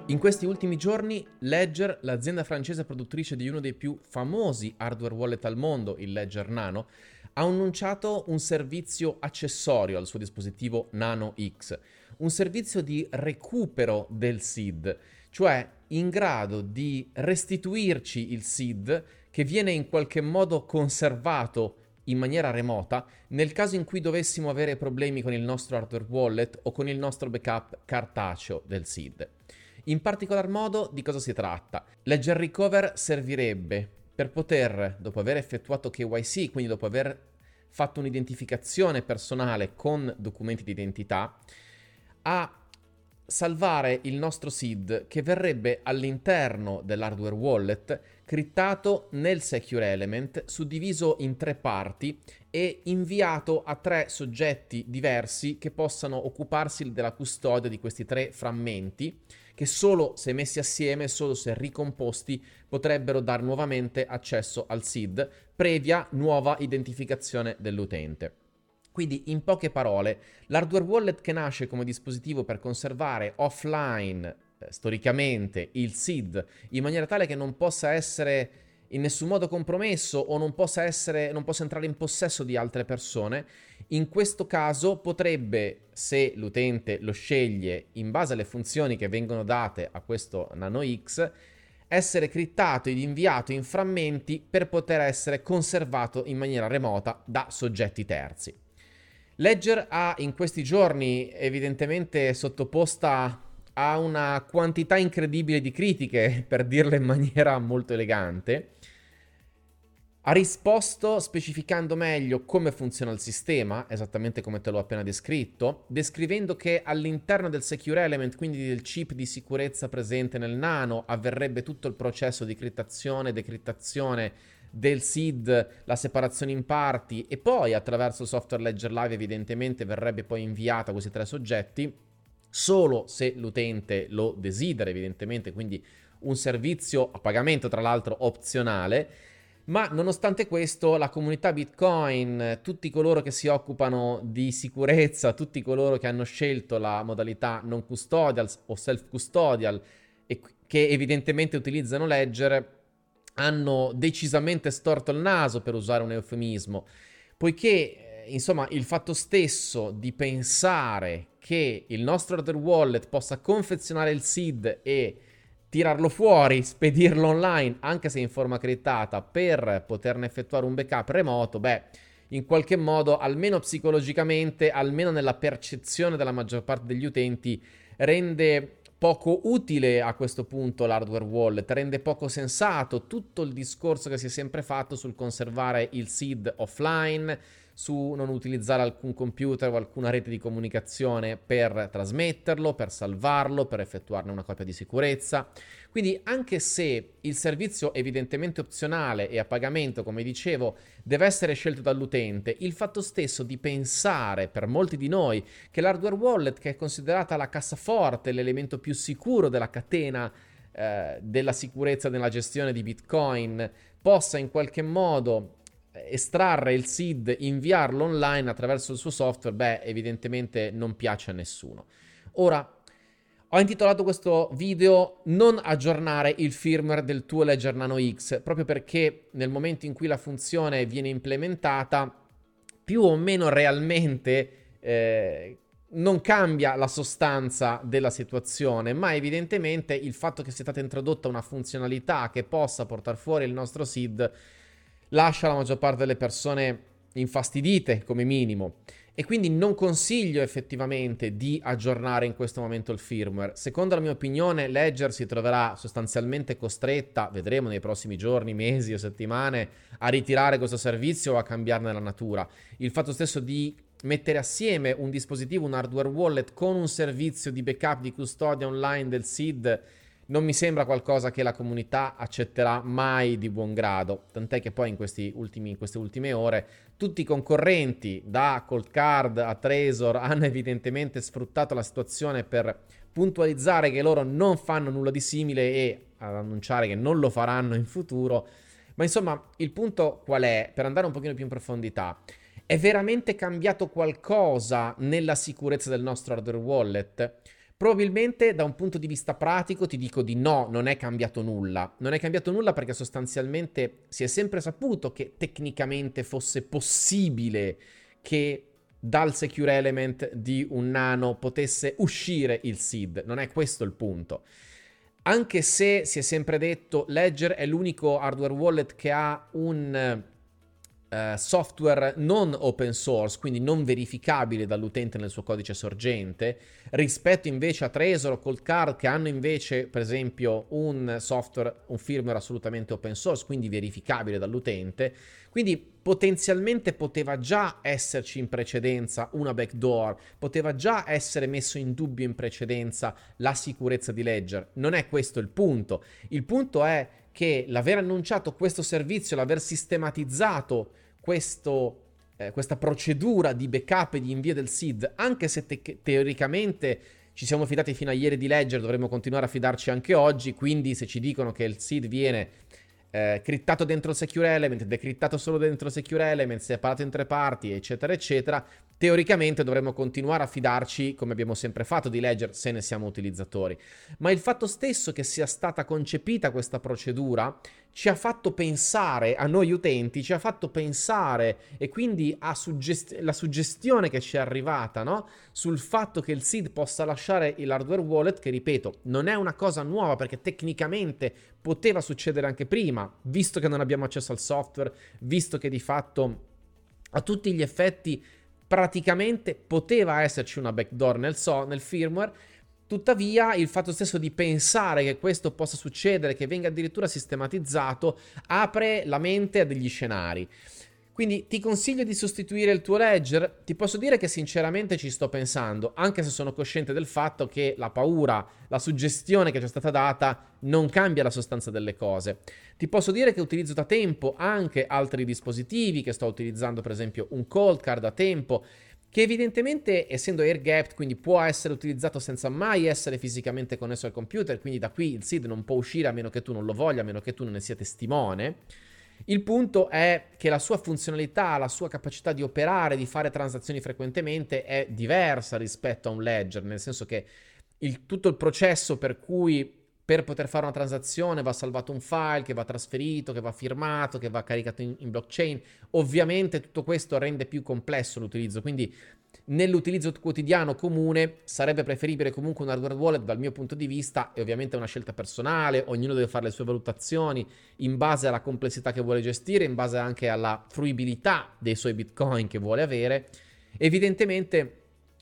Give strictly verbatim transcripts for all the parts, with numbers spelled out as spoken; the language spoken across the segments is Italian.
In questi ultimi giorni Ledger, l'azienda francese produttrice di uno dei più famosi hardware wallet al mondo, il Ledger Nano, ha annunciato un servizio accessorio al suo dispositivo Nano X, un servizio di recupero del S I D, cioè in grado di restituirci il S I D che viene in qualche modo conservato in maniera remota nel caso in cui dovessimo avere problemi con il nostro hardware wallet o con il nostro backup cartaceo del S I D. In particolar modo di cosa si tratta? Ledger Recover servirebbe per poter, dopo aver effettuato K Y C, quindi dopo aver fatto un'identificazione personale con documenti di identità, a salvare il nostro S I D che verrebbe all'interno dell'hardware wallet criptato nel Secure Element, suddiviso in tre parti e inviato a tre soggetti diversi che possano occuparsi della custodia di questi tre frammenti che solo se messi assieme, solo se ricomposti, potrebbero dar nuovamente accesso al S I D previa nuova identificazione dell'utente. Quindi, in poche parole, l'hardware wallet che nasce come dispositivo per conservare offline, eh, storicamente, il S I D in maniera tale che non possa essere in nessun modo compromesso o non possa essere, non possa entrare in possesso di altre persone, in questo caso potrebbe, se l'utente lo sceglie in base alle funzioni che vengono date a questo Nano X, essere criptato ed inviato in frammenti per poter essere conservato in maniera remota da soggetti terzi. Ledger ha in questi giorni evidentemente sottoposta a una quantità incredibile di critiche, per dirle in maniera molto elegante. Ha risposto specificando meglio come funziona il sistema, esattamente come te l'ho appena descritto, descrivendo che all'interno del Secure Element, quindi del chip di sicurezza presente nel Nano, avverrebbe tutto il processo di criptazione e decriptazione del S I D, la separazione in parti e poi attraverso il software Ledger Live evidentemente verrebbe poi inviata a questi tre soggetti solo se l'utente lo desidera evidentemente, quindi un servizio a pagamento tra l'altro opzionale. Ma nonostante questo la comunità Bitcoin, tutti coloro che si occupano di sicurezza, tutti coloro che hanno scelto la modalità non custodial o self custodial e che evidentemente utilizzano Ledger, hanno decisamente storto il naso, per usare un eufemismo, poiché insomma il fatto stesso di pensare che il nostro hardware wallet possa confezionare il S I D e tirarlo fuori, spedirlo online, anche se in forma criptata, per poterne effettuare un backup remoto, beh, in qualche modo, almeno psicologicamente, almeno nella percezione della maggior parte degli utenti, rende poco utile a questo punto l'hardware wallet, rende poco sensato tutto il discorso che si è sempre fatto sul conservare il S I D offline, su non utilizzare alcun computer o alcuna rete di comunicazione per trasmetterlo, per salvarlo, per effettuarne una copia di sicurezza. Quindi anche se il servizio è evidentemente opzionale e a pagamento, come dicevo, deve essere scelto dall'utente, il fatto stesso di pensare per molti di noi che l'hardware wallet, che è considerata la cassaforte, l'elemento più sicuro della catena eh, della sicurezza nella gestione di Bitcoin, possa in qualche modo estrarre il S I D, inviarlo online attraverso il suo software, beh, evidentemente non piace a nessuno. Ora, ho intitolato questo video "Non aggiornare il firmware del tuo Ledger Nano X", proprio perché nel momento in cui la funzione viene implementata, più o meno realmente eh, non cambia la sostanza della situazione, ma evidentemente il fatto che sia stata introdotta una funzionalità che possa portare fuori il nostro S I D lascia la maggior parte delle persone infastidite come minimo, e quindi non consiglio effettivamente di aggiornare in questo momento il firmware. Secondo la mia opinione Ledger si troverà sostanzialmente costretta, vedremo nei prossimi giorni, mesi o settimane, a ritirare questo servizio o a cambiarne la natura. Il fatto stesso di mettere assieme un dispositivo, un hardware wallet con un servizio di backup, di custodia online del S I D non mi sembra qualcosa che la comunità accetterà mai di buon grado, tant'è che poi in, questi ultimi, in queste ultime ore tutti i concorrenti, da Coldcard a Trezor, hanno evidentemente sfruttato la situazione per puntualizzare che loro non fanno nulla di simile e ad annunciare che non lo faranno in futuro. Ma insomma, il punto qual è? Per andare un pochino più in profondità, è veramente cambiato qualcosa nella sicurezza del nostro hardware wallet? Probabilmente da un punto di vista pratico ti dico di no, non è cambiato nulla. Non è cambiato nulla perché sostanzialmente si è sempre saputo che tecnicamente fosse possibile che dal secure element di un nano potesse uscire il S I D. Non è questo il punto. Anche se si è sempre detto Ledger è l'unico hardware wallet che ha un uh, software non open source, quindi non verificabile dall'utente nel suo codice sorgente, rispetto invece a Trezor o Coldcard che hanno invece per esempio un software, un firmware assolutamente open source, quindi verificabile dall'utente. Quindi potenzialmente poteva già esserci in precedenza una backdoor, poteva già essere messo in dubbio in precedenza la sicurezza di Ledger. Non è questo il punto. Il punto è che l'aver annunciato questo servizio, l'aver sistematizzato questo, eh, questa procedura di backup e di invio del S I D, anche se te- teoricamente ci siamo fidati fino a ieri di Ledger, dovremmo continuare a fidarci anche oggi, quindi se ci dicono che il S I D viene Eh, crittato dentro il secure element, decrittato solo dentro il secure element, separato in tre parti, eccetera, eccetera, teoricamente dovremmo continuare a fidarci, come abbiamo sempre fatto, di Ledger se ne siamo utilizzatori. Ma il fatto stesso che sia stata concepita questa procedura ci ha fatto pensare, a noi utenti, ci ha fatto pensare, e quindi a suggest- la suggestione che ci è arrivata, no? Sul fatto che il S I D possa lasciare l'hardware wallet, che ripeto, non è una cosa nuova perché tecnicamente poteva succedere anche prima, visto che non abbiamo accesso al software, visto che di fatto a tutti gli effetti praticamente poteva esserci una backdoor nel, so- nel firmware. Tuttavia il fatto stesso di pensare che questo possa succedere, che venga addirittura sistematizzato, apre la mente a degli scenari. Quindi ti consiglio di sostituire il tuo Ledger? Ti posso dire che sinceramente ci sto pensando, anche se sono cosciente del fatto che la paura, la suggestione che ci è stata data non cambia la sostanza delle cose. Ti posso dire che utilizzo da tempo anche altri dispositivi, che sto utilizzando per esempio un Coldcard da tempo, che evidentemente essendo air gapped, quindi può essere utilizzato senza mai essere fisicamente connesso al computer, quindi da qui il S I D non può uscire a meno che tu non lo voglia, a meno che tu non ne sia testimone. Il punto è che la sua funzionalità, la sua capacità di operare, di fare transazioni frequentemente è diversa rispetto a un ledger, nel senso che il, tutto il processo per cui per poter fare una transazione va salvato un file, che va trasferito, che va firmato, che va caricato in, in blockchain, ovviamente tutto questo rende più complesso l'utilizzo, quindi nell'utilizzo quotidiano comune sarebbe preferibile comunque un hardware wallet dal mio punto di vista, e ovviamente è una scelta personale, ognuno deve fare le sue valutazioni in base alla complessità che vuole gestire, in base anche alla fruibilità dei suoi bitcoin che vuole avere. Evidentemente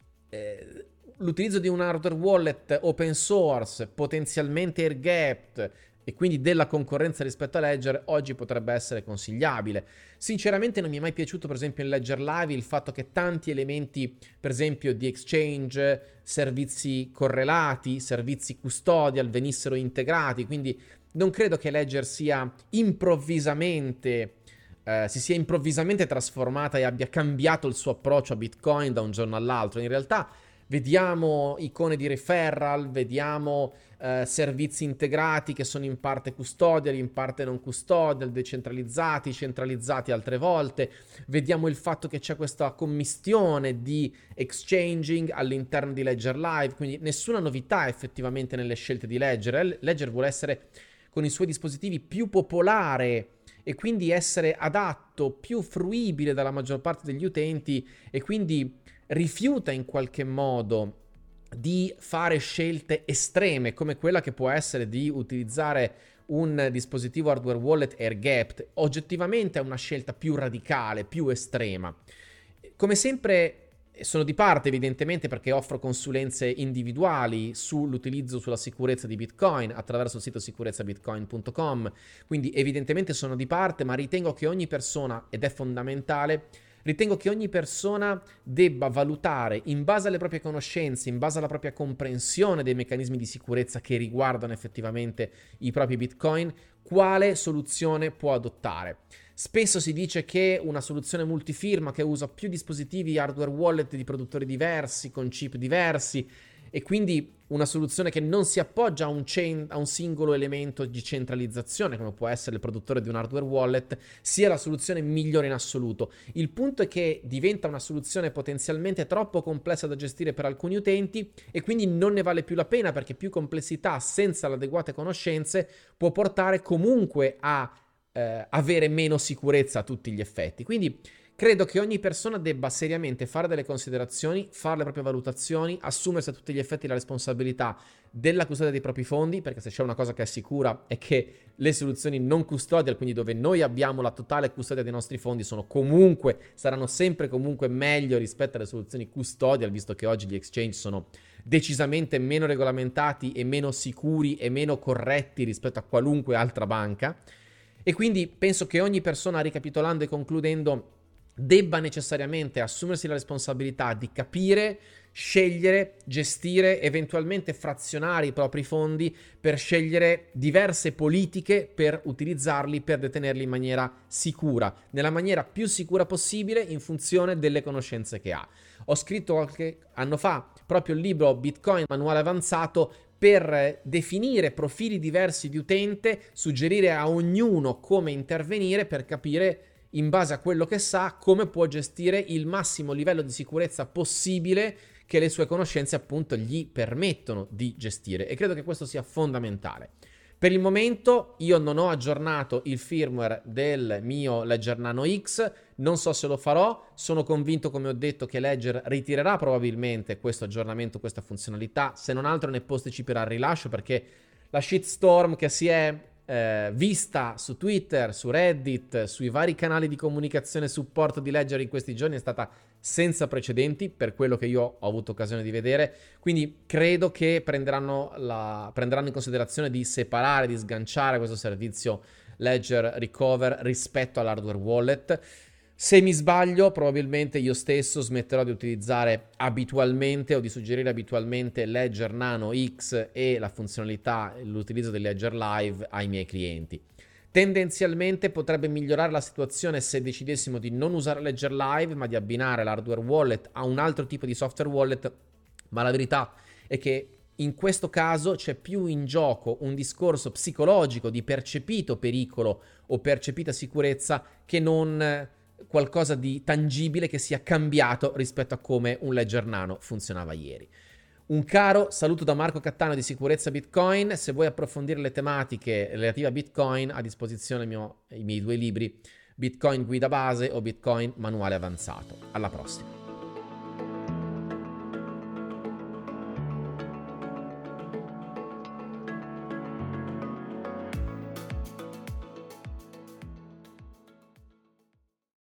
eh, l'utilizzo di un hardware wallet open source, potenzialmente air gapped, e quindi della concorrenza rispetto a Ledger, oggi potrebbe essere consigliabile. Sinceramente non mi è mai piaciuto per esempio in Ledger Live il fatto che tanti elementi, per esempio di exchange, servizi correlati, servizi custodial venissero integrati, quindi non credo che Ledger sia improvvisamente eh, si sia improvvisamente trasformata e abbia cambiato il suo approccio a Bitcoin da un giorno all'altro. In realtà vediamo icone di referral, vediamo eh, servizi integrati che sono in parte custodial, in parte non custodial, decentralizzati, centralizzati altre volte. Vediamo il fatto che c'è questa commistione di exchanging all'interno di Ledger Live, quindi nessuna novità effettivamente nelle scelte di Ledger. Ledger vuole essere con i suoi dispositivi più popolare e quindi essere adatto, più fruibile dalla maggior parte degli utenti, e quindi rifiuta in qualche modo di fare scelte estreme come quella che può essere di utilizzare un dispositivo hardware wallet air gapped. Oggettivamente è una scelta più radicale, più estrema. Come sempre sono di parte evidentemente perché offro consulenze individuali sull'utilizzo, sulla sicurezza di Bitcoin attraverso il sito sicurezza bitcoin punto com, quindi evidentemente sono di parte, ma ritengo che ogni persona, ed è fondamentale, Ritengo che ogni persona debba valutare in base alle proprie conoscenze, in base alla propria comprensione dei meccanismi di sicurezza che riguardano effettivamente i propri Bitcoin, quale soluzione può adottare. Spesso si dice che una soluzione multifirma che usa più dispositivi hardware wallet di produttori diversi, con chip diversi, e quindi una soluzione che non si appoggia a un, chain, a un singolo elemento di centralizzazione, come può essere il produttore di un hardware wallet, sia la soluzione migliore in assoluto. Il punto è che diventa una soluzione potenzialmente troppo complessa da gestire per alcuni utenti e quindi non ne vale più la pena, perché più complessità senza le adeguate conoscenze può portare comunque a eh, avere meno sicurezza a tutti gli effetti. Quindi credo che ogni persona debba seriamente fare delle considerazioni, fare le proprie valutazioni, assumersi a tutti gli effetti la responsabilità della custodia dei propri fondi, perché se c'è una cosa che è sicura è che le soluzioni non custodial, quindi dove noi abbiamo la totale custodia dei nostri fondi, sono comunque, saranno sempre comunque meglio rispetto alle soluzioni custodial, visto che oggi gli exchange sono decisamente meno regolamentati e meno sicuri e meno corretti rispetto a qualunque altra banca. E quindi penso che ogni persona, ricapitolando e concludendo, debba necessariamente assumersi la responsabilità di capire, scegliere, gestire, eventualmente frazionare i propri fondi per scegliere diverse politiche per utilizzarli, per detenerli in maniera sicura, nella maniera più sicura possibile in funzione delle conoscenze che ha. Ho scritto qualche anno fa proprio il libro Bitcoin Manuale Avanzato per definire profili diversi di utente, suggerire a ognuno come intervenire per capire, in base a quello che sa, come può gestire il massimo livello di sicurezza possibile che le sue conoscenze appunto gli permettono di gestire, e credo che questo sia fondamentale. Per il momento io non ho aggiornato il firmware del mio Ledger Nano X, non so se lo farò, sono convinto, come ho detto, che Ledger ritirerà probabilmente questo aggiornamento, questa funzionalità, se non altro ne posticiperà il rilascio, perché la shitstorm che si è Eh, vista su Twitter, su Reddit, sui vari canali di comunicazione e supporto di Ledger in questi giorni è stata senza precedenti, per quello che io ho avuto occasione di vedere. Quindi credo che prenderanno, la, prenderanno in considerazione di separare, di sganciare questo servizio Ledger Recover rispetto all'hardware wallet. Se mi sbaglio, probabilmente io stesso smetterò di utilizzare abitualmente o di suggerire abitualmente Ledger Nano X e la funzionalità, l'utilizzo del Ledger Live ai miei clienti. Tendenzialmente potrebbe migliorare la situazione se decidessimo di non usare Ledger Live, ma di abbinare l'hardware wallet a un altro tipo di software wallet, ma la verità è che in questo caso c'è più in gioco un discorso psicologico di percepito pericolo o percepita sicurezza che non qualcosa di tangibile che sia cambiato rispetto a come un Ledger Nano funzionava ieri. Un caro saluto da Marco Cattano di Sicurezza Bitcoin. Se vuoi approfondire le tematiche relative a Bitcoin, a disposizione il mio, i miei due libri, Bitcoin Guida Base o Bitcoin Manuale Avanzato. Alla prossima.